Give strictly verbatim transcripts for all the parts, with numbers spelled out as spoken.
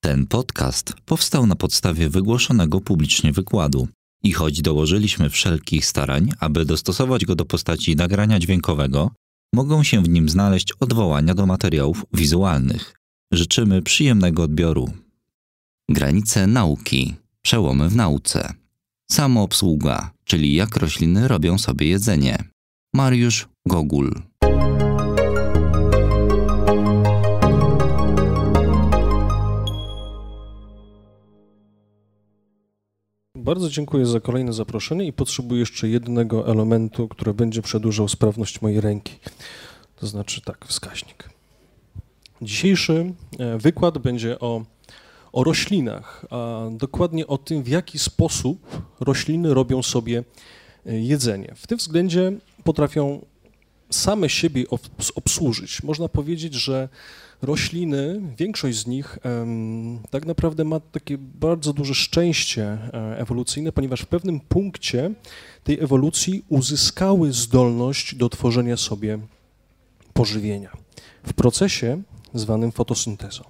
Ten podcast powstał na podstawie wygłoszonego publicznie wykładu i choć dołożyliśmy wszelkich starań, aby dostosować go do postaci nagrania dźwiękowego, mogą się w nim znaleźć odwołania do materiałów wizualnych. Życzymy przyjemnego odbioru. Granice nauki. Przełomy w nauce. Samoobsługa, czyli jak rośliny robią sobie jedzenie. Mariusz Gogul. Bardzo dziękuję za kolejne zaproszenie i potrzebuję jeszcze jednego elementu, który będzie przedłużał sprawność mojej ręki. To znaczy tak, wskaźnik. Dzisiejszy wykład będzie o, o roślinach, a dokładnie o tym, w jaki sposób rośliny robią sobie jedzenie. W tym względzie potrafią same siebie obsłużyć. Można powiedzieć, że rośliny, większość z nich um, tak naprawdę ma takie bardzo duże szczęście ewolucyjne, ponieważ w pewnym punkcie tej ewolucji uzyskały zdolność do tworzenia sobie pożywienia w procesie zwanym fotosyntezą.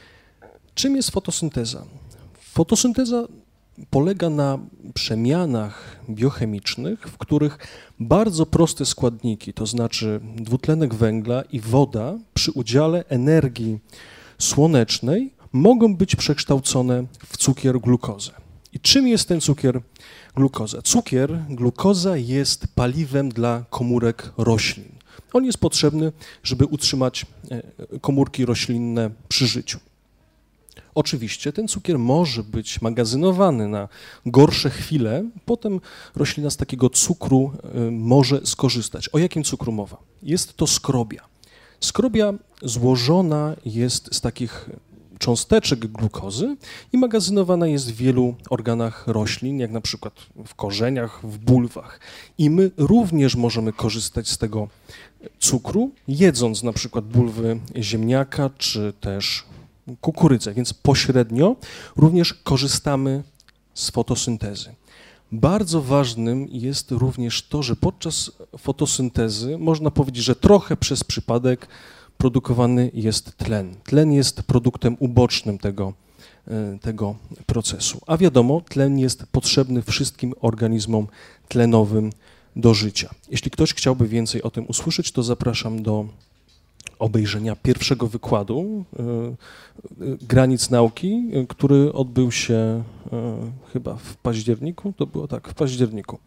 Czym jest fotosynteza? Fotosynteza polega na przemianach biochemicznych, w których bardzo proste składniki, to znaczy dwutlenek węgla i woda przy udziale energii słonecznej mogą być przekształcone w cukier glukozę. I czym jest ten cukier glukoza? Cukier, glukoza jest paliwem dla komórek roślin. On jest potrzebny, żeby utrzymać komórki roślinne przy życiu. Oczywiście ten cukier może być magazynowany na gorsze chwile, potem roślina z takiego cukru może skorzystać. O jakim cukru mowa? Jest to skrobia. Skrobia złożona jest z takich cząsteczek glukozy i magazynowana jest w wielu organach roślin, jak na przykład w korzeniach, w bulwach. I my również możemy korzystać z tego cukru, jedząc na przykład bulwy ziemniaka czy też kukurydzę, więc pośrednio również korzystamy z fotosyntezy. Bardzo ważnym jest również to, że podczas fotosyntezy można powiedzieć, że trochę przez przypadek produkowany jest tlen. Tlen jest produktem ubocznym tego, tego procesu. A wiadomo, tlen jest potrzebny wszystkim organizmom tlenowym do życia. Jeśli ktoś chciałby więcej o tym usłyszeć, to zapraszam do obejrzenia pierwszego wykładu Granic nauki, który odbył się chyba w październiku, to było tak, w październiku.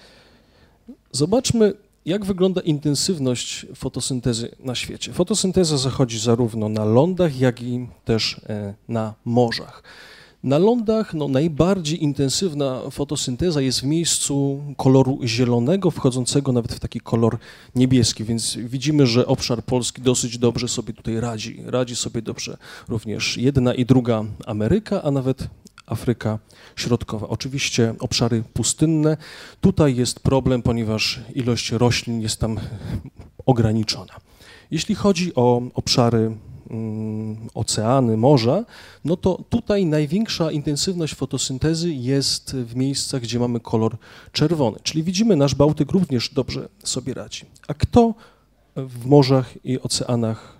Zobaczmy, jak wygląda intensywność fotosyntezy na świecie. Fotosynteza zachodzi zarówno na lądach, jak i też na morzach. Na lądach no, najbardziej intensywna fotosynteza jest w miejscu koloru zielonego, wchodzącego nawet w taki kolor niebieski, więc widzimy, że obszar Polski dosyć dobrze sobie tutaj radzi. Radzi sobie dobrze również jedna i druga Ameryka, a nawet Afryka Środkowa. Oczywiście obszary pustynne. Tutaj jest problem, ponieważ ilość roślin jest tam ograniczona. Jeśli chodzi o obszary oceany, morza, no to tutaj największa intensywność fotosyntezy jest w miejscach, gdzie mamy kolor czerwony. Czyli widzimy, nasz Bałtyk również dobrze sobie radzi. A kto w morzach i oceanach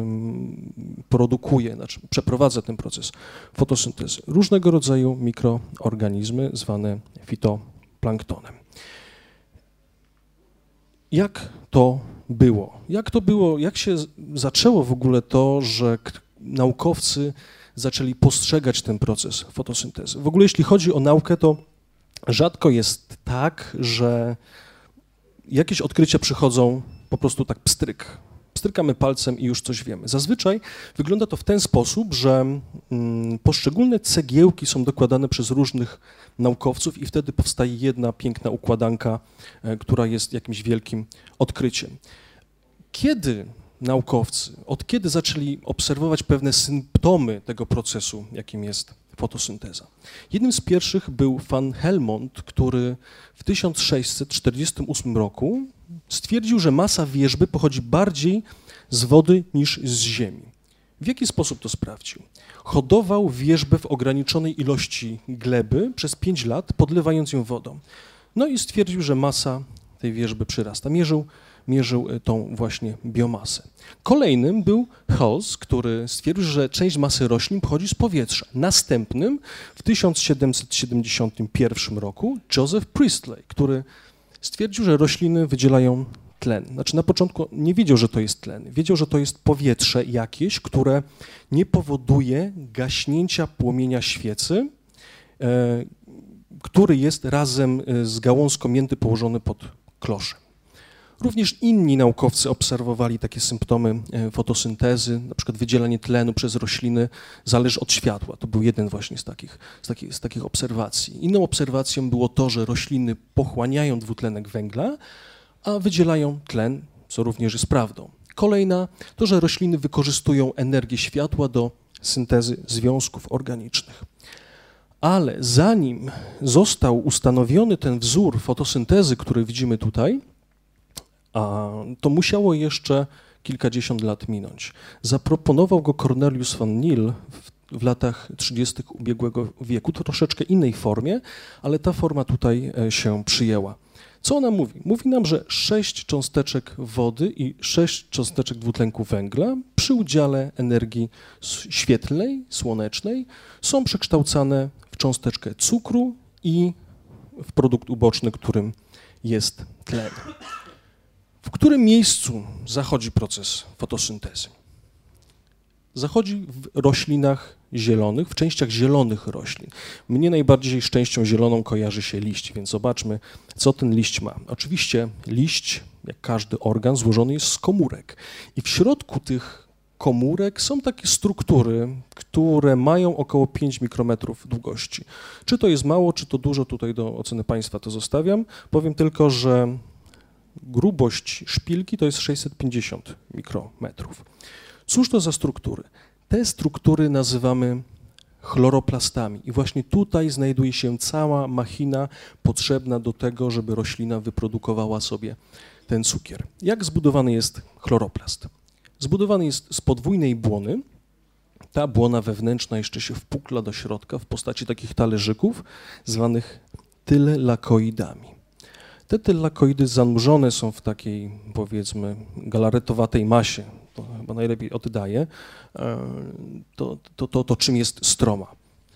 produkuje, znaczy przeprowadza ten proces fotosyntezy? Różnego rodzaju mikroorganizmy zwane fitoplanktonem. Jak to było? Jak to było, jak się zaczęło w ogóle to, że naukowcy zaczęli postrzegać ten proces fotosyntezy? W ogóle jeśli chodzi o naukę, to rzadko jest tak, że jakieś odkrycia przychodzą po prostu tak pstryk. Pstrykamy palcem i już coś wiemy. Zazwyczaj wygląda to w ten sposób, że mm, poszczególne cegiełki są dokładane przez różnych naukowców i wtedy powstaje jedna piękna układanka, e, która jest jakimś wielkim odkryciem. Kiedy naukowcy, od kiedy zaczęli obserwować pewne symptomy tego procesu, jakim jest fotosynteza? Jednym z pierwszych był van Helmont, który w tysiąc sześćset czterdziestym ósmym roku stwierdził, że masa wierzby pochodzi bardziej z wody niż z ziemi. W jaki sposób to sprawdził? Hodował wierzbę w ograniczonej ilości gleby przez pięć lat, podlewając ją wodą. No i stwierdził, że masa tej wierzby przyrasta. Mierzył mierzył tą właśnie biomasę. Kolejnym był Hulse, który stwierdził, że część masy roślin pochodzi z powietrza. Następnym w tysiąc siedemset siedemdziesiątym pierwszym roku Joseph Priestley, który stwierdził, że rośliny wydzielają tlen. Znaczy na początku nie wiedział, że to jest tlen. Wiedział, że to jest powietrze jakieś, które nie powoduje gaśnięcia płomienia świecy, e, który jest razem z gałązką mięty położony pod kloszem. Również inni naukowcy obserwowali takie symptomy fotosyntezy, na przykład wydzielanie tlenu przez rośliny zależy od światła. To był jeden właśnie z takich, z takich, z takich obserwacji. Inną obserwacją było to, że rośliny pochłaniają dwutlenek węgla, a wydzielają tlen, co również jest prawdą. Kolejna to, że rośliny wykorzystują energię światła do syntezy związków organicznych. Ale zanim został ustanowiony ten wzór fotosyntezy, który widzimy tutaj, a to musiało jeszcze kilkadziesiąt lat minąć. Zaproponował go Cornelius van Niel w, w latach trzydziestych ubiegłego wieku, to troszeczkę innej formie, ale ta forma tutaj się przyjęła. Co ona mówi? Mówi nam, że sześć cząsteczek wody i sześć cząsteczek dwutlenku węgla przy udziale energii świetlnej, słonecznej są przekształcane w cząsteczkę cukru i w produkt uboczny, którym jest tlen. W którym miejscu zachodzi proces fotosyntezy? Zachodzi w roślinach zielonych, w częściach zielonych roślin. Mnie najbardziej z częścią zieloną kojarzy się liść, więc zobaczmy, co ten liść ma. Oczywiście liść, jak każdy organ, złożony jest z komórek i w środku tych komórek są takie struktury, które mają około pięć mikrometrów długości. Czy to jest mało, czy to dużo, tutaj do oceny Państwa to zostawiam. Powiem tylko, że grubość szpilki to jest sześćset pięćdziesiąt mikrometrów. Cóż to za struktury? Te struktury nazywamy chloroplastami i właśnie tutaj znajduje się cała machina potrzebna do tego, żeby roślina wyprodukowała sobie ten cukier. Jak zbudowany jest chloroplast? Zbudowany jest z podwójnej błony. Ta błona wewnętrzna jeszcze się wpukla do środka w postaci takich talerzyków zwanych tyllakoidami. Te tyllakoidy zanurzone są w takiej, powiedzmy, galaretowatej masie, to chyba najlepiej oddaje, to, to, to, to czym jest stroma.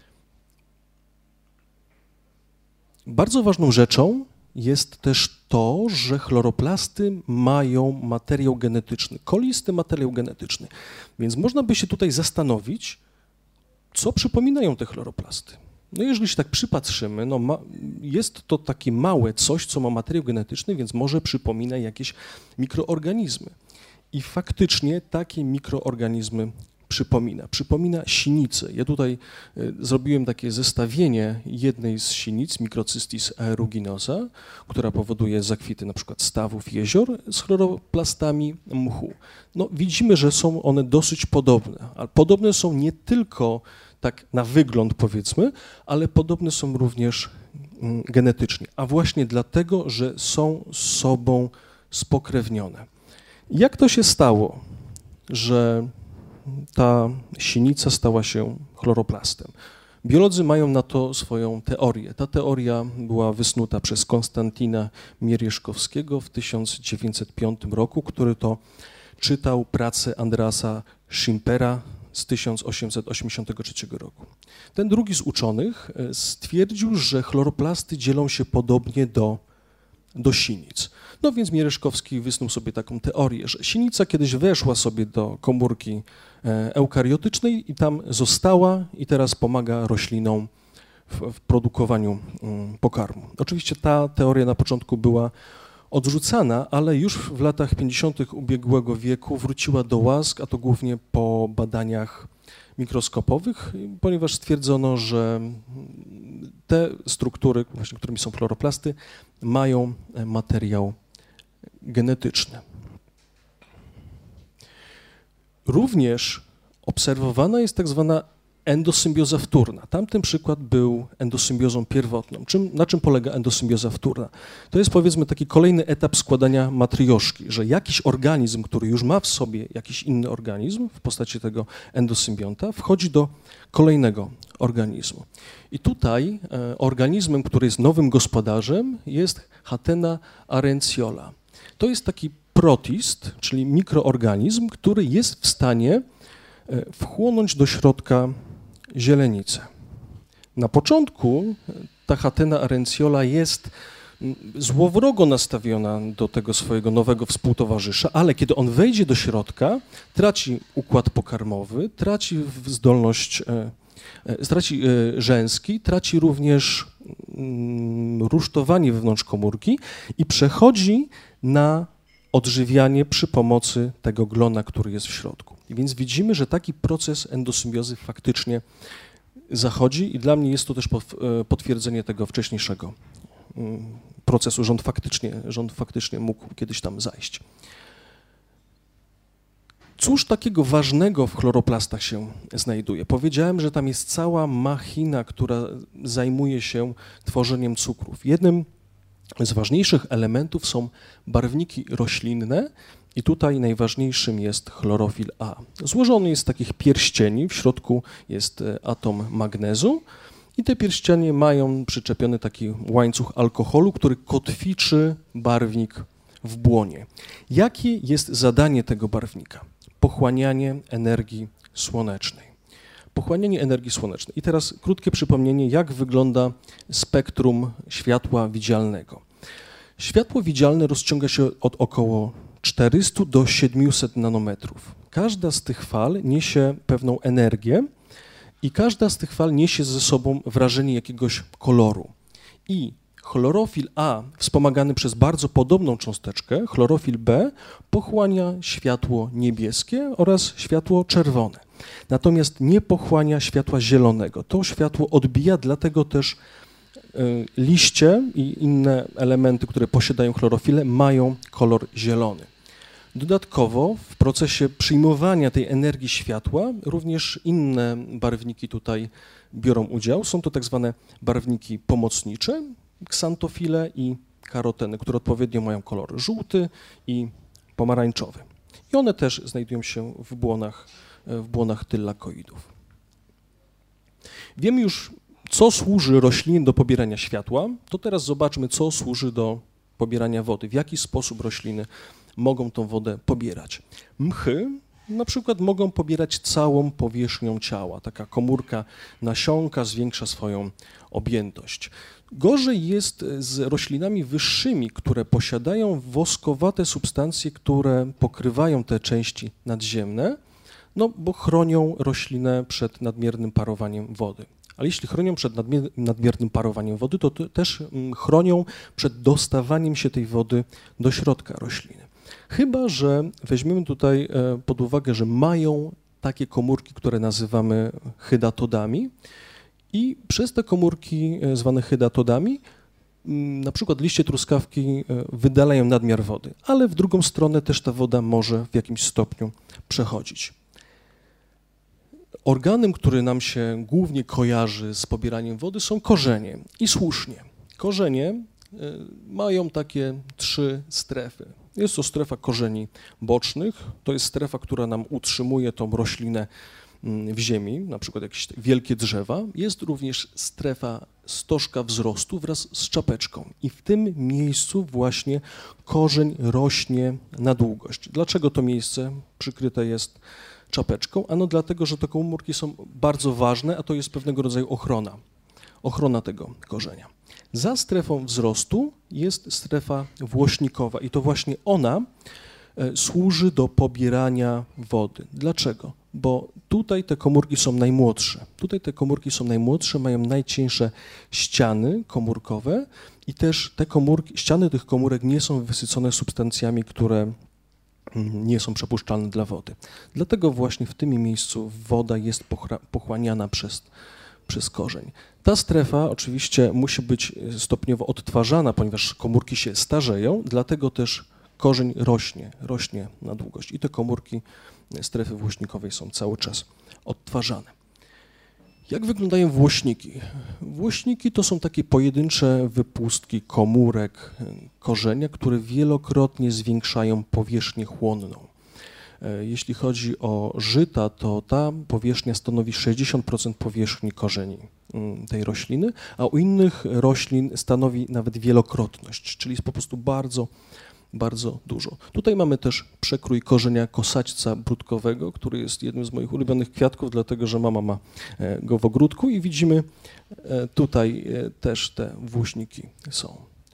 Bardzo ważną rzeczą jest też to, że chloroplasty mają materiał genetyczny, kolisty materiał genetyczny, więc można by się tutaj zastanowić, co przypominają te chloroplasty. No jeżeli się tak przypatrzymy, no ma, jest to takie małe coś, co ma materiał genetyczny, więc może przypomina jakieś mikroorganizmy. I faktycznie takie mikroorganizmy przypomina. Przypomina sinicę. Ja tutaj y, zrobiłem takie zestawienie jednej z sinic, Microcystis aeruginosa, która powoduje zakwity na przykład stawów jezior, z chloroplastami mchu. No, widzimy, że są one dosyć podobne, ale podobne są nie tylko tak na wygląd, powiedzmy, ale podobne są również mm, genetycznie, a właśnie dlatego, że są z sobą spokrewnione. Jak to się stało, że ta sinica stała się chloroplastem? Biolodzy mają na to swoją teorię. Ta teoria była wysnuta przez Konstantina Mierzejkowskiego w tysiąc dziewięćset piątym roku, który to czytał pracę Andreasa Schimpera z tysiąc osiemset osiemdziesiątego trzeciego roku. Ten drugi z uczonych stwierdził, że chloroplasty dzielą się podobnie do, do sinic. No więc Mierzejkowski wysnuł sobie taką teorię, że sinica kiedyś weszła sobie do komórki eukariotycznej i tam została i teraz pomaga roślinom w, w produkowaniu pokarmu. Oczywiście ta teoria na początku była odrzucana, ale już w latach pięćdziesiątych ubiegłego wieku wróciła do łask, a to głównie po badaniach mikroskopowych, ponieważ stwierdzono, że te struktury, właśnie którymi są chloroplasty, mają materiał genetyczny. Również obserwowana jest tak zwana endosymbioza wtórna. Tamten przykład był endosymbiozą pierwotną. Czym, na czym polega endosymbioza wtórna? To jest, powiedzmy, taki kolejny etap składania matrioszki, że jakiś organizm, który już ma w sobie jakiś inny organizm w postaci tego endosymbionta, wchodzi do kolejnego organizmu. I tutaj e, organizmem, który jest nowym gospodarzem, jest Hatena arenciola. To jest taki protist, czyli mikroorganizm, który jest w stanie wchłonąć do środka zielenicę. Na początku ta Hatena arensjola jest złowrogo nastawiona do tego swojego nowego współtowarzysza, ale kiedy on wejdzie do środka, traci układ pokarmowy, traci zdolność, traci rzęski, traci również rusztowanie wewnątrz komórki i przechodzi na odżywianie przy pomocy tego glona, który jest w środku. I więc widzimy, że taki proces endosymbiozy faktycznie zachodzi i dla mnie jest to też potwierdzenie tego wcześniejszego procesu, że on faktycznie, że on faktycznie mógł kiedyś tam zajść. Cóż takiego ważnego w chloroplastach się znajduje? Powiedziałem, że tam jest cała machina, która zajmuje się tworzeniem cukrów. Jednym z ważniejszych elementów są barwniki roślinne i tutaj najważniejszym jest chlorofil A. Złożony jest z takich pierścieni, w środku jest atom magnezu i te pierścienie mają przyczepiony taki łańcuch alkoholu, który kotwiczy barwnik w błonie. Jakie jest zadanie tego barwnika? Pochłanianie energii słonecznej. Pochłanianie energii słonecznej. I teraz krótkie przypomnienie, jak wygląda spektrum światła widzialnego. Światło widzialne rozciąga się od około czterystu do siedmiuset nanometrów. Każda z tych fal niesie pewną energię i każda z tych fal niesie ze sobą wrażenie jakiegoś koloru. I chlorofil A, wspomagany przez bardzo podobną cząsteczkę, chlorofil B, pochłania światło niebieskie oraz światło czerwone. Natomiast nie pochłania światła zielonego. To światło odbija, dlatego też y, liście i inne elementy, które posiadają chlorofilę, mają kolor zielony. Dodatkowo w procesie przyjmowania tej energii światła również inne barwniki tutaj biorą udział. Są to tak zwane barwniki pomocnicze, ksantofile i karoteny, które odpowiednio mają kolor żółty i pomarańczowy. I one też znajdują się w błonach, w błonach tylakoidów. Wiemy już, co służy roślinie do pobierania światła, to teraz zobaczmy, co służy do pobierania wody, w jaki sposób rośliny mogą tą wodę pobierać. Mchy na przykład mogą pobierać całą powierzchnią ciała. Taka komórka nasionka zwiększa swoją objętość. Gorzej jest z roślinami wyższymi, które posiadają woskowate substancje, które pokrywają te części nadziemne, no bo chronią roślinę przed nadmiernym parowaniem wody. Ale jeśli chronią przed nadmiernym parowaniem wody, to też chronią przed dostawaniem się tej wody do środka rośliny. Chyba że weźmiemy tutaj pod uwagę, że mają takie komórki, które nazywamy hydatodami i przez te komórki zwane hydatodami na przykład liście truskawki wydalają nadmiar wody, ale w drugą stronę też ta woda może w jakimś stopniu przechodzić. Organem, który nam się głównie kojarzy z pobieraniem wody, są korzenie i słusznie. Korzenie mają takie trzy strefy. Jest to strefa korzeni bocznych, to jest strefa, która nam utrzymuje tą roślinę w ziemi, na przykład jakieś wielkie drzewa. Jest również strefa stożka wzrostu wraz z czapeczką i w tym miejscu właśnie korzeń rośnie na długość. Dlaczego to miejsce przykryte jest czapeczką? Ano dlatego, że te komórki są bardzo ważne, a to jest pewnego rodzaju ochrona, ochrona tego korzenia. Za strefą wzrostu jest strefa włośnikowa i to właśnie ona służy do pobierania wody. Dlaczego? Bo tutaj te komórki są najmłodsze. Tutaj te komórki są najmłodsze, mają najcieńsze ściany komórkowe i też te komórki, ściany tych komórek nie są wysycone substancjami, które nie są przepuszczalne dla wody. Dlatego właśnie w tym miejscu woda jest pochłaniana przez, przez korzeń. Ta strefa oczywiście musi być stopniowo odtwarzana, ponieważ komórki się starzeją, dlatego też korzeń rośnie, rośnie na długość i te komórki strefy włośnikowej są cały czas odtwarzane. Jak wyglądają włośniki? Włośniki to są takie pojedyncze wypustki komórek korzenia, które wielokrotnie zwiększają powierzchnię chłonną. Jeśli chodzi o żyta, to ta powierzchnia stanowi sześćdziesiąt procent powierzchni korzeni tej rośliny, a u innych roślin stanowi nawet wielokrotność, czyli jest po prostu bardzo, bardzo dużo. Tutaj mamy też przekrój korzenia kosaćca brudkowego, który jest jednym z moich ulubionych kwiatków, dlatego że mama ma go w ogródku i widzimy tutaj też te włośniki są.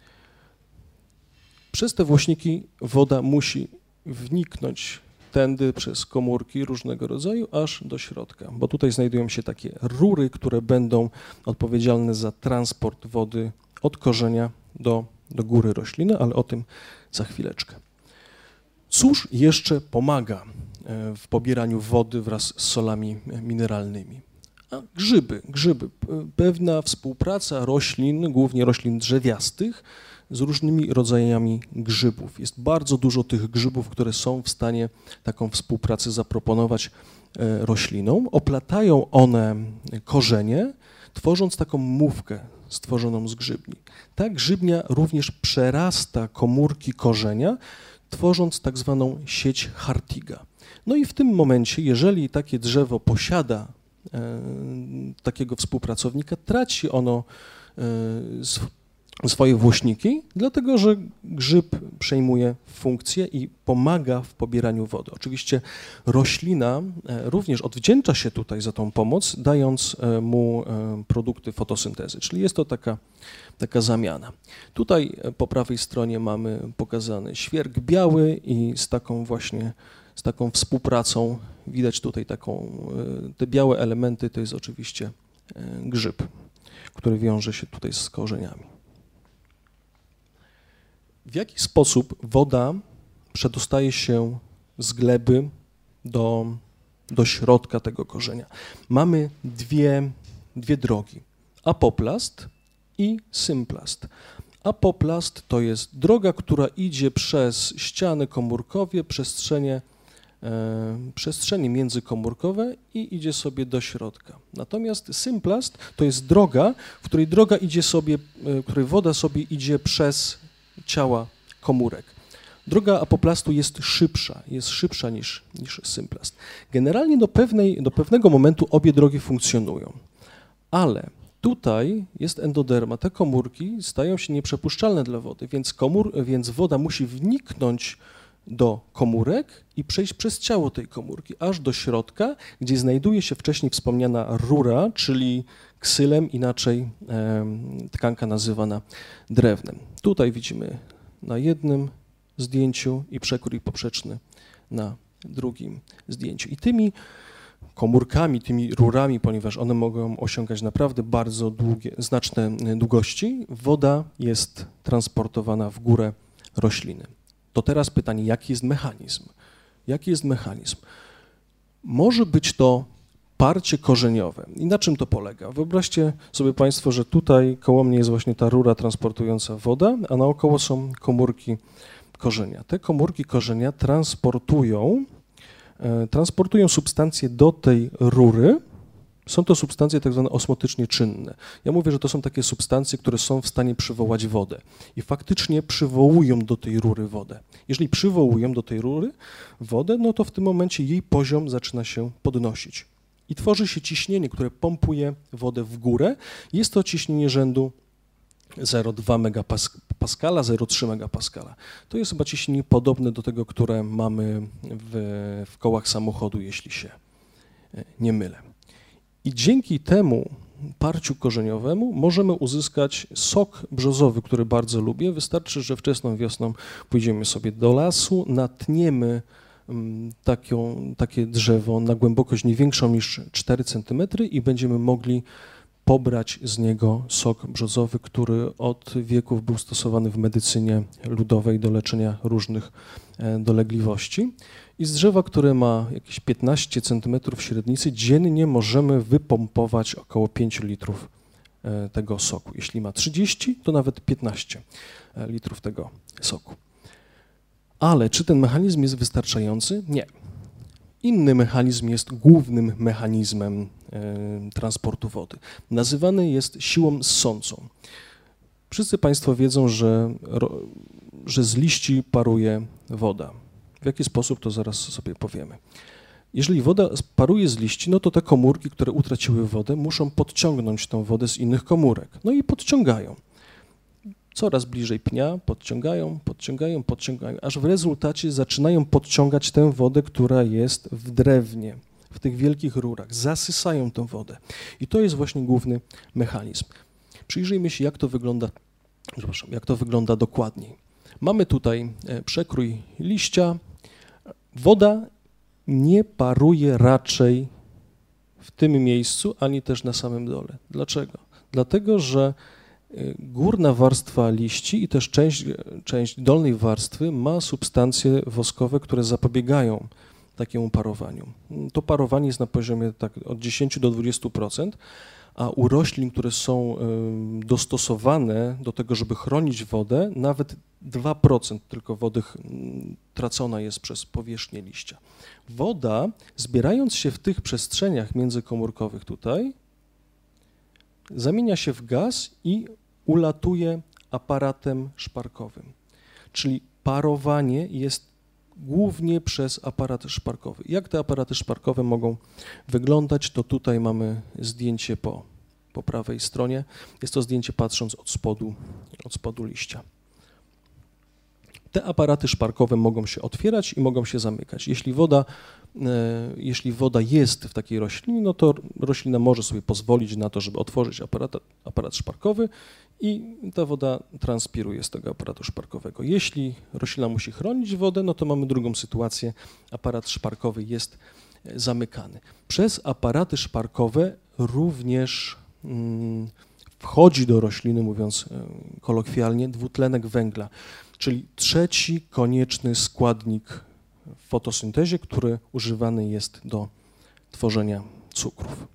Przez te włośniki woda musi wniknąć tędy przez komórki różnego rodzaju aż do środka, bo tutaj znajdują się takie rury, które będą odpowiedzialne za transport wody od korzenia do, do góry rośliny, ale o tym za chwileczkę. Cóż jeszcze pomaga w pobieraniu wody wraz z solami mineralnymi? A grzyby, grzyby. Pewna współpraca roślin, głównie roślin drzewiastych, z różnymi rodzajami grzybów. Jest bardzo dużo tych grzybów, które są w stanie taką współpracę zaproponować roślinom. Oplatają one korzenie, tworząc taką mówkę stworzoną z grzybni. Ta grzybnia również przerasta komórki korzenia, tworząc tak zwaną sieć Hartiga. No i w tym momencie, jeżeli takie drzewo posiada e, takiego współpracownika, traci ono e, swoje włośniki, dlatego że grzyb przejmuje funkcję i pomaga w pobieraniu wody. Oczywiście roślina również odwdzięcza się tutaj za tą pomoc, dając mu produkty fotosyntezy, czyli jest to taka, taka zamiana. Tutaj po prawej stronie mamy pokazany świerk biały i z taką właśnie, z taką współpracą widać tutaj taką, te białe elementy to jest oczywiście grzyb, który wiąże się tutaj z korzeniami. W jaki sposób woda przedostaje się z gleby do, do środka tego korzenia? Mamy dwie, dwie drogi, apoplast i symplast. Apoplast to jest droga, która idzie przez ściany komórkowe, przestrzenie, e, przestrzenie międzykomórkowe i idzie sobie do środka. Natomiast symplast to jest droga, w której droga idzie sobie, w której woda sobie idzie przez ciała komórek. Droga apoplastu jest szybsza, jest szybsza niż, niż symplast. Generalnie do, pewnej, do pewnego momentu obie drogi funkcjonują, ale tutaj jest endoderma, te komórki stają się nieprzepuszczalne dla wody, więc, komór, więc woda musi wniknąć do komórek i przejść przez ciało tej komórki, aż do środka, gdzie znajduje się wcześniej wspomniana rura, czyli ksylem, inaczej e, tkanka nazywana drewnem. Tutaj widzimy na jednym zdjęciu i przekrój poprzeczny na drugim zdjęciu. I tymi komórkami, tymi rurami, ponieważ one mogą osiągać naprawdę bardzo długie, znaczne długości, woda jest transportowana w górę rośliny. To teraz pytanie, jaki jest mechanizm? Jaki jest mechanizm? Może być to parcie korzeniowe. I na czym to polega? Wyobraźcie sobie Państwo, że tutaj koło mnie jest właśnie ta rura transportująca wodę, a naokoło są komórki korzenia. Te komórki korzenia transportują, e, transportują substancje do tej rury. Są to substancje tak zwane osmotycznie czynne. Ja mówię, że to są takie substancje, które są w stanie przywołać wodę i faktycznie przywołują do tej rury wodę. Jeżeli przywołują do tej rury wodę, no to w tym momencie jej poziom zaczyna się podnosić. I tworzy się ciśnienie, które pompuje wodę w górę. Jest to ciśnienie rzędu zero przecinek dwa megapaskala, zero przecinek trzy megapaskala. To jest chyba ciśnienie podobne do tego, które mamy w, w kołach samochodu, jeśli się nie mylę. I dzięki temu parciu korzeniowemu możemy uzyskać sok brzozowy, który bardzo lubię. Wystarczy, że wczesną wiosną pójdziemy sobie do lasu, natniemy Taką, takie drzewo na głębokość nie większą niż cztery centymetry i będziemy mogli pobrać z niego sok brzozowy, który od wieków był stosowany w medycynie ludowej do leczenia różnych dolegliwości. I z drzewa, które ma jakieś piętnaście centymetrów średnicy, dziennie możemy wypompować około pięć litrów tego soku. Jeśli ma trzydzieści, to nawet piętnaście litrów tego soku. Ale czy ten mechanizm jest wystarczający? Nie. Inny mechanizm jest głównym mechanizmem e, transportu wody. Nazywany jest siłą ssącą. Wszyscy Państwo wiedzą, że, ro, że z liści paruje woda. W jaki sposób, to zaraz sobie powiemy. Jeżeli woda paruje z liści, no to te komórki, które utraciły wodę, muszą podciągnąć tą wodę z innych komórek. No i podciągają. coraz bliżej pnia, podciągają, podciągają, podciągają, aż w rezultacie zaczynają podciągać tę wodę, która jest w drewnie, w tych wielkich rurach, zasysają tę wodę. I to jest właśnie główny mechanizm. Przyjrzyjmy się, jak to wygląda, przepraszam, jak to wygląda dokładniej. Mamy tutaj przekrój liścia. Woda nie paruje raczej w tym miejscu, ani też na samym dole. Dlaczego? Dlatego, że górna warstwa liści i też część, część dolnej warstwy ma substancje woskowe, które zapobiegają takiemu parowaniu. To parowanie jest na poziomie tak od dziesięciu do dwudziestu procent, a u roślin, które są dostosowane do tego, żeby chronić wodę, nawet dwa procent tylko wody tracona jest przez powierzchnię liścia. Woda, zbierając się w tych przestrzeniach międzykomórkowych tutaj, zamienia się w gaz i ulatuje aparatem szparkowym. Czyli parowanie jest głównie przez aparat szparkowy. Jak te aparaty szparkowe mogą wyglądać, to tutaj mamy zdjęcie po, po prawej stronie. Jest to zdjęcie patrząc od spodu, od spodu liścia. Te aparaty szparkowe mogą się otwierać i mogą się zamykać. Jeśli woda, jeśli woda jest w takiej roślinie, no to roślina może sobie pozwolić na to, żeby otworzyć aparat, aparat szparkowy i ta woda transpiruje z tego aparatu szparkowego. Jeśli roślina musi chronić wodę, no to mamy drugą sytuację. Aparat szparkowy jest zamykany. Przez aparaty szparkowe również mm, wchodzi do rośliny, mówiąc kolokwialnie, dwutlenek węgla, czyli trzeci konieczny składnik w fotosyntezie, który używany jest do tworzenia cukrów.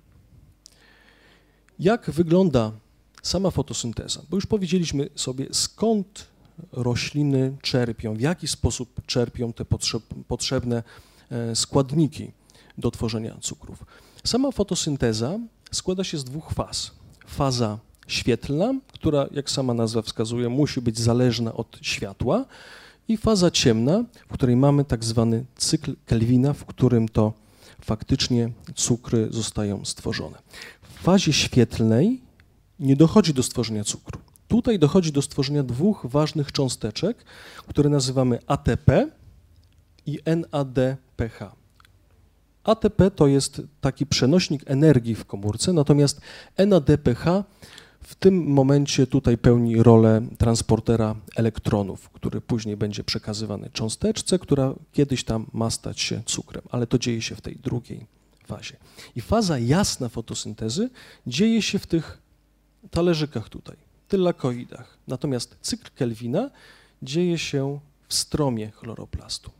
Jak wygląda sama fotosynteza? Bo już powiedzieliśmy sobie, skąd rośliny czerpią, w jaki sposób czerpią te potrzebne składniki do tworzenia cukrów. Sama fotosynteza składa się z dwóch faz. Faza świetlna, która, jak sama nazwa wskazuje, musi być zależna od światła, i faza ciemna, w której mamy tak zwany cykl Kelvina, w którym to faktycznie cukry zostają stworzone. W fazie świetlnej nie dochodzi do stworzenia cukru. Tutaj dochodzi do stworzenia dwóch ważnych cząsteczek, które nazywamy A T P i N A D P H. A T P to jest taki przenośnik energii w komórce, natomiast N A D P H w tym momencie tutaj pełni rolę transportera elektronów, który później będzie przekazywany cząsteczce, która kiedyś tam ma stać się cukrem, ale to dzieje się w tej drugiej fazie. I faza jasna fotosyntezy dzieje się w tych talerzykach tutaj, tylakoidach. Natomiast cykl Kelvina dzieje się w stromie chloroplastu.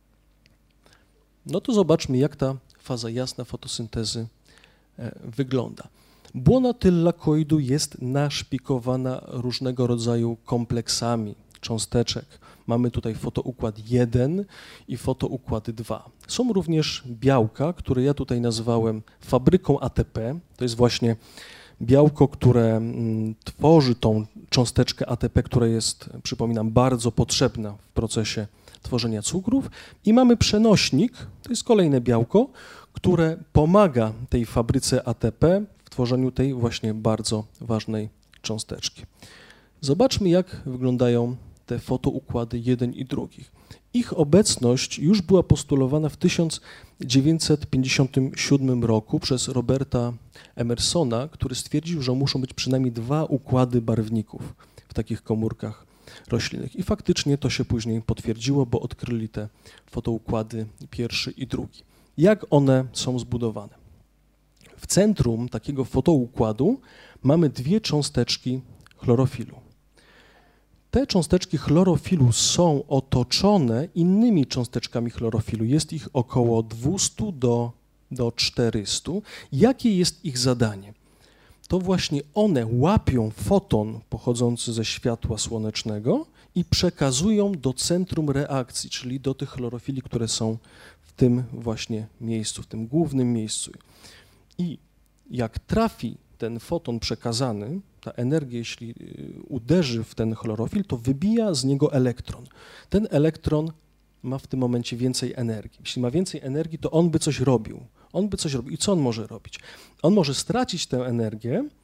No to zobaczmy, jak ta faza jasna fotosyntezy wygląda. Błona tylakoidu jest naszpikowana różnego rodzaju kompleksami cząsteczek. Mamy tutaj fotoukład jeden i fotoukład dwa. Są również białka, które ja tutaj nazwałem fabryką A T P. To jest właśnie białko, które tworzy tą cząsteczkę A T P, która jest, przypominam, bardzo potrzebna w procesie tworzenia cukrów. I mamy przenośnik, to jest kolejne białko, które pomaga tej fabryce A T P w tworzeniu tej właśnie bardzo ważnej cząsteczki. Zobaczmy, jak wyglądają te fotoukłady jeden i drugi. Ich obecność już była postulowana w tysiąc dziewięćset pięćdziesiątym siódmym roku przez Roberta Emersona, który stwierdził, że muszą być przynajmniej dwa układy barwników w takich komórkach roślinnych. I faktycznie to się później potwierdziło, bo odkryli te fotoukłady pierwszy i drugi. Jak one są zbudowane? W centrum takiego fotoukładu mamy dwie cząsteczki chlorofilu. Te cząsteczki chlorofilu są otoczone innymi cząsteczkami chlorofilu. Jest ich około dwieście do czterystu. Jakie jest ich zadanie? To właśnie one łapią foton pochodzący ze światła słonecznego i przekazują do centrum reakcji, czyli do tych chlorofili, które są w tym właśnie miejscu, w tym głównym miejscu. I jak trafi ten foton przekazany, ta energia, jeśli uderzy w ten chlorofil, to wybija z niego elektron. Ten elektron ma w tym momencie więcej energii. Jeśli ma więcej energii, to on by coś robił. On by coś robił. I co on może robić? On może stracić tę energię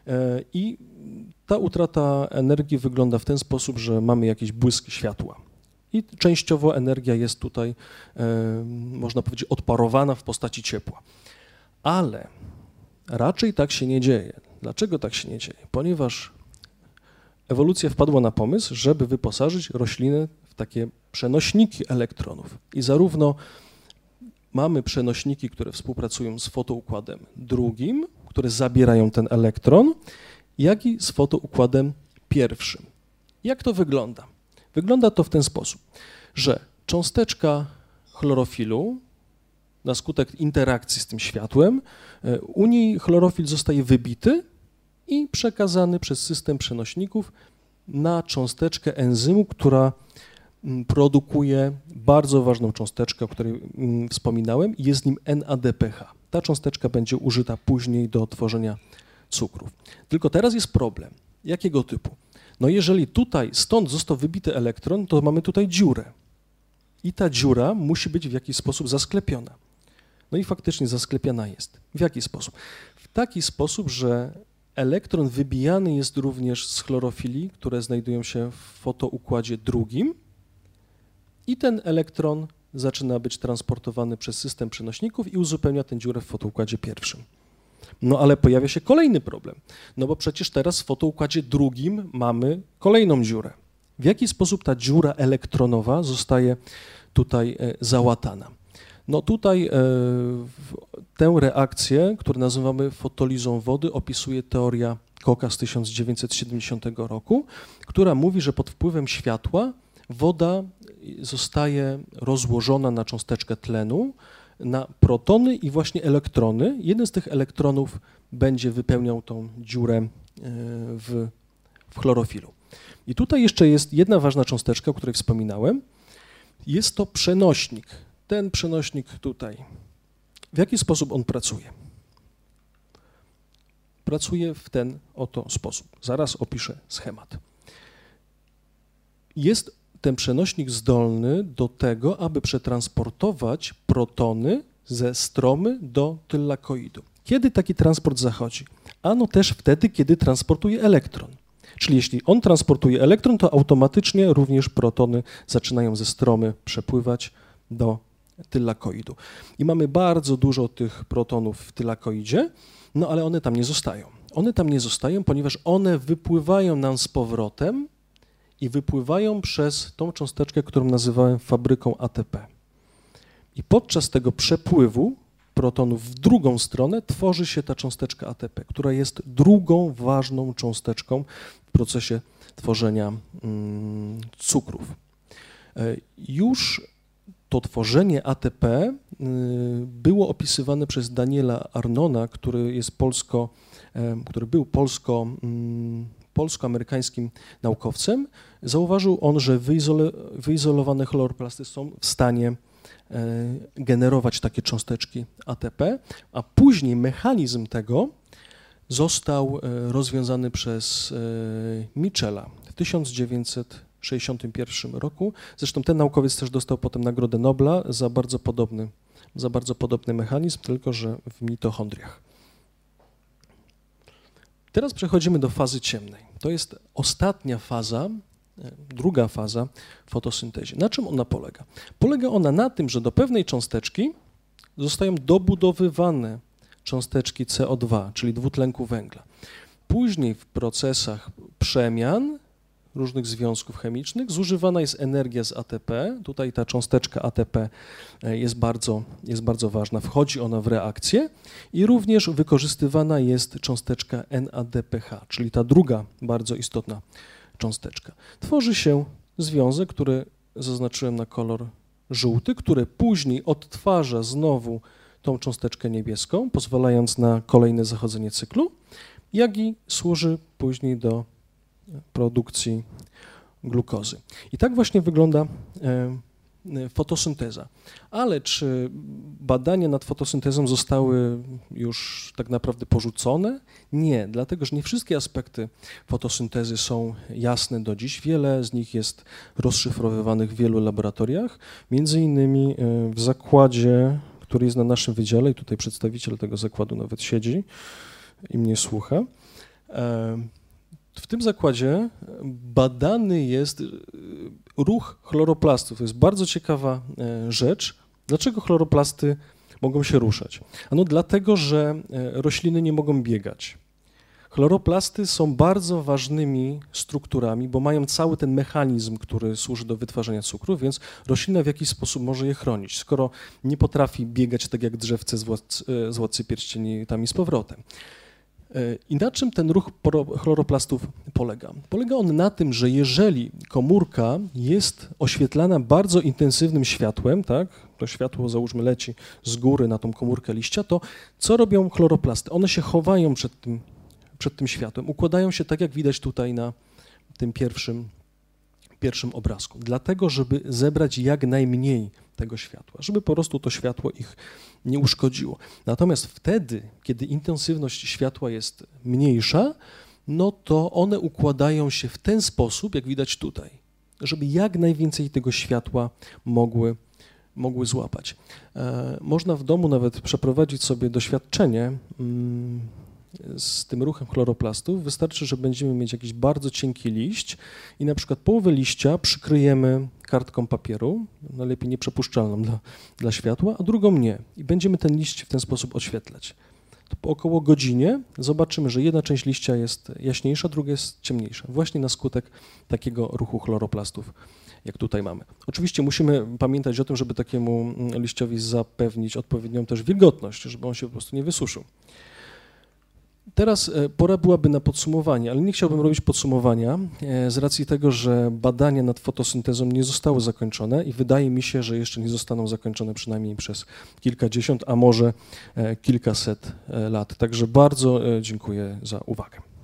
I ta utrata energii wygląda w ten sposób, że mamy jakiś błysk światła. I częściowo energia jest tutaj, można powiedzieć, odparowana w postaci ciepła. Ale raczej tak się nie dzieje. Dlaczego tak się nie dzieje? Ponieważ ewolucja wpadła na pomysł, żeby wyposażyć rośliny w takie przenośniki elektronów. I zarówno mamy przenośniki, które współpracują z fotoukładem drugim, które zabierają ten elektron, jak i z fotoukładem pierwszym. Jak to wygląda? Wygląda to w ten sposób, że cząsteczka chlorofilu na skutek interakcji z tym światłem, u niej chlorofil zostaje wybity i przekazany przez system przenośników na cząsteczkę enzymu, która produkuje bardzo ważną cząsteczkę, o której wspominałem, i jest nim N A D P H. Ta cząsteczka będzie użyta później do tworzenia cukrów. Tylko teraz jest problem. Jakiego typu? No jeżeli tutaj stąd został wybity elektron, to mamy tutaj dziurę. I ta dziura musi być w jakiś sposób zasklepiona. No i faktycznie zasklepiona jest. W jaki sposób? W taki sposób, że elektron wybijany jest również z chlorofili, które znajdują się w fotoukładzie drugim, i ten elektron zaczyna być transportowany przez system przenośników i uzupełnia tę dziurę w fotoukładzie pierwszym. No ale pojawia się kolejny problem, no bo przecież teraz w fotoukładzie drugim mamy kolejną dziurę. W jaki sposób ta dziura elektronowa zostaje tutaj załatana? No tutaj tę reakcję, którą nazywamy fotolizą wody, opisuje teoria Kocha z tysiąc dziewięćset siedemdziesiątego roku, która mówi, że pod wpływem światła woda zostaje rozłożona na cząsteczkę tlenu, na protony i właśnie elektrony. Jeden z tych elektronów będzie wypełniał tą dziurę w, w chlorofilu. I tutaj jeszcze jest jedna ważna cząsteczka, o której wspominałem. Jest to przenośnik. Ten przenośnik tutaj. W jaki sposób on pracuje? Pracuje w ten oto sposób. Zaraz opiszę schemat. Jest ten przenośnik zdolny do tego, aby przetransportować protony ze stromy do tylakoidu. Kiedy taki transport zachodzi? Ano też wtedy, kiedy transportuje elektron. Czyli jeśli on transportuje elektron, to automatycznie również protony zaczynają ze stromy przepływać do tylakoidu. I mamy bardzo dużo tych protonów w tylakoidzie, no ale one tam nie zostają. One tam nie zostają, ponieważ one wypływają nam z powrotem i wypływają przez tą cząsteczkę, którą nazywałem fabryką A T P. I podczas tego przepływu protonów w drugą stronę tworzy się ta cząsteczka A T P, która jest drugą ważną cząsteczką w procesie tworzenia mm, cukrów. Już to tworzenie A T P było opisywane przez Daniela Arnona, który jest polsko, który był polsko, polsko-amerykańskim naukowcem. Zauważył on, że wyizole, wyizolowane chlorplasty są w stanie generować takie cząsteczki A T P, a później mechanizm tego został rozwiązany przez Michela w tysiąc dziewięćset sześćdziesiątym pierwszym roku. Zresztą ten naukowiec też dostał potem Nagrodę Nobla za bardzo podobny, za bardzo podobny mechanizm, tylko że w mitochondriach. Teraz przechodzimy do fazy ciemnej. To jest ostatnia faza, druga faza w fotosyntezie. Na czym ona polega? Polega ona na tym, że do pewnej cząsteczki zostają dobudowywane cząsteczki C O dwa, czyli dwutlenku węgla. Później w procesach przemian różnych związków chemicznych zużywana jest energia z A T P. Tutaj ta cząsteczka A T P jest bardzo, jest bardzo ważna. Wchodzi ona w reakcję i również wykorzystywana jest cząsteczka N A D P H, czyli ta druga bardzo istotna cząsteczka. Tworzy się związek, który zaznaczyłem na kolor żółty, który później odtwarza znowu tą cząsteczkę niebieską, pozwalając na kolejne zachodzenie cyklu, jak i służy później do produkcji glukozy. I tak właśnie wygląda fotosynteza. Ale czy badania nad fotosyntezą zostały już tak naprawdę porzucone? Nie, dlatego że nie wszystkie aspekty fotosyntezy są jasne do dziś. Wiele z nich jest rozszyfrowywanych w wielu laboratoriach, między innymi w zakładzie, który jest na naszym wydziale, i tutaj przedstawiciel tego zakładu nawet siedzi i mnie słucha. W tym zakładzie badany jest ruch chloroplastów. To jest bardzo ciekawa rzecz. Dlaczego chloroplasty mogą się ruszać? Ano dlatego, że rośliny nie mogą biegać. Chloroplasty są bardzo ważnymi strukturami, bo mają cały ten mechanizm, który służy do wytwarzania cukru, więc roślina w jakiś sposób może je chronić, skoro nie potrafi biegać tak jak drzewce z władcy, z władcy pierścieni tam i z powrotem. I na czym ten ruch chloroplastów polega? Polega on na tym, że jeżeli komórka jest oświetlana bardzo intensywnym światłem, tak, to światło załóżmy leci z góry na tą komórkę liścia, to co robią chloroplasty? One się chowają przed tym, przed tym światłem, układają się tak jak widać tutaj na tym pierwszym, pierwszym obrazku, dlatego żeby zebrać jak najmniej tego światła, żeby po prostu to światło ich nie uszkodziło. Natomiast wtedy, kiedy intensywność światła jest mniejsza, no to one układają się w ten sposób, jak widać tutaj, żeby jak najwięcej tego światła mogły, mogły złapać. E, można w domu nawet przeprowadzić sobie doświadczenie mm, z tym ruchem chloroplastów. Wystarczy, że będziemy mieć jakiś bardzo cienki liść i na przykład połowę liścia przykryjemy kartką papieru, najlepiej nieprzepuszczalną dla, dla światła, a drugą nie. I będziemy ten liść w ten sposób oświetlać. To po około godzinie zobaczymy, że jedna część liścia jest jaśniejsza, druga jest ciemniejsza. Właśnie na skutek takiego ruchu chloroplastów, jak tutaj mamy. Oczywiście musimy pamiętać o tym, żeby takiemu liściowi zapewnić odpowiednią też wilgotność, żeby on się po prostu nie wysuszył. Teraz pora byłaby na podsumowanie, ale nie chciałbym robić podsumowania z racji tego, że badania nad fotosyntezą nie zostały zakończone i wydaje mi się, że jeszcze nie zostaną zakończone przynajmniej przez kilkadziesiąt, a może kilkaset lat. Także bardzo dziękuję za uwagę.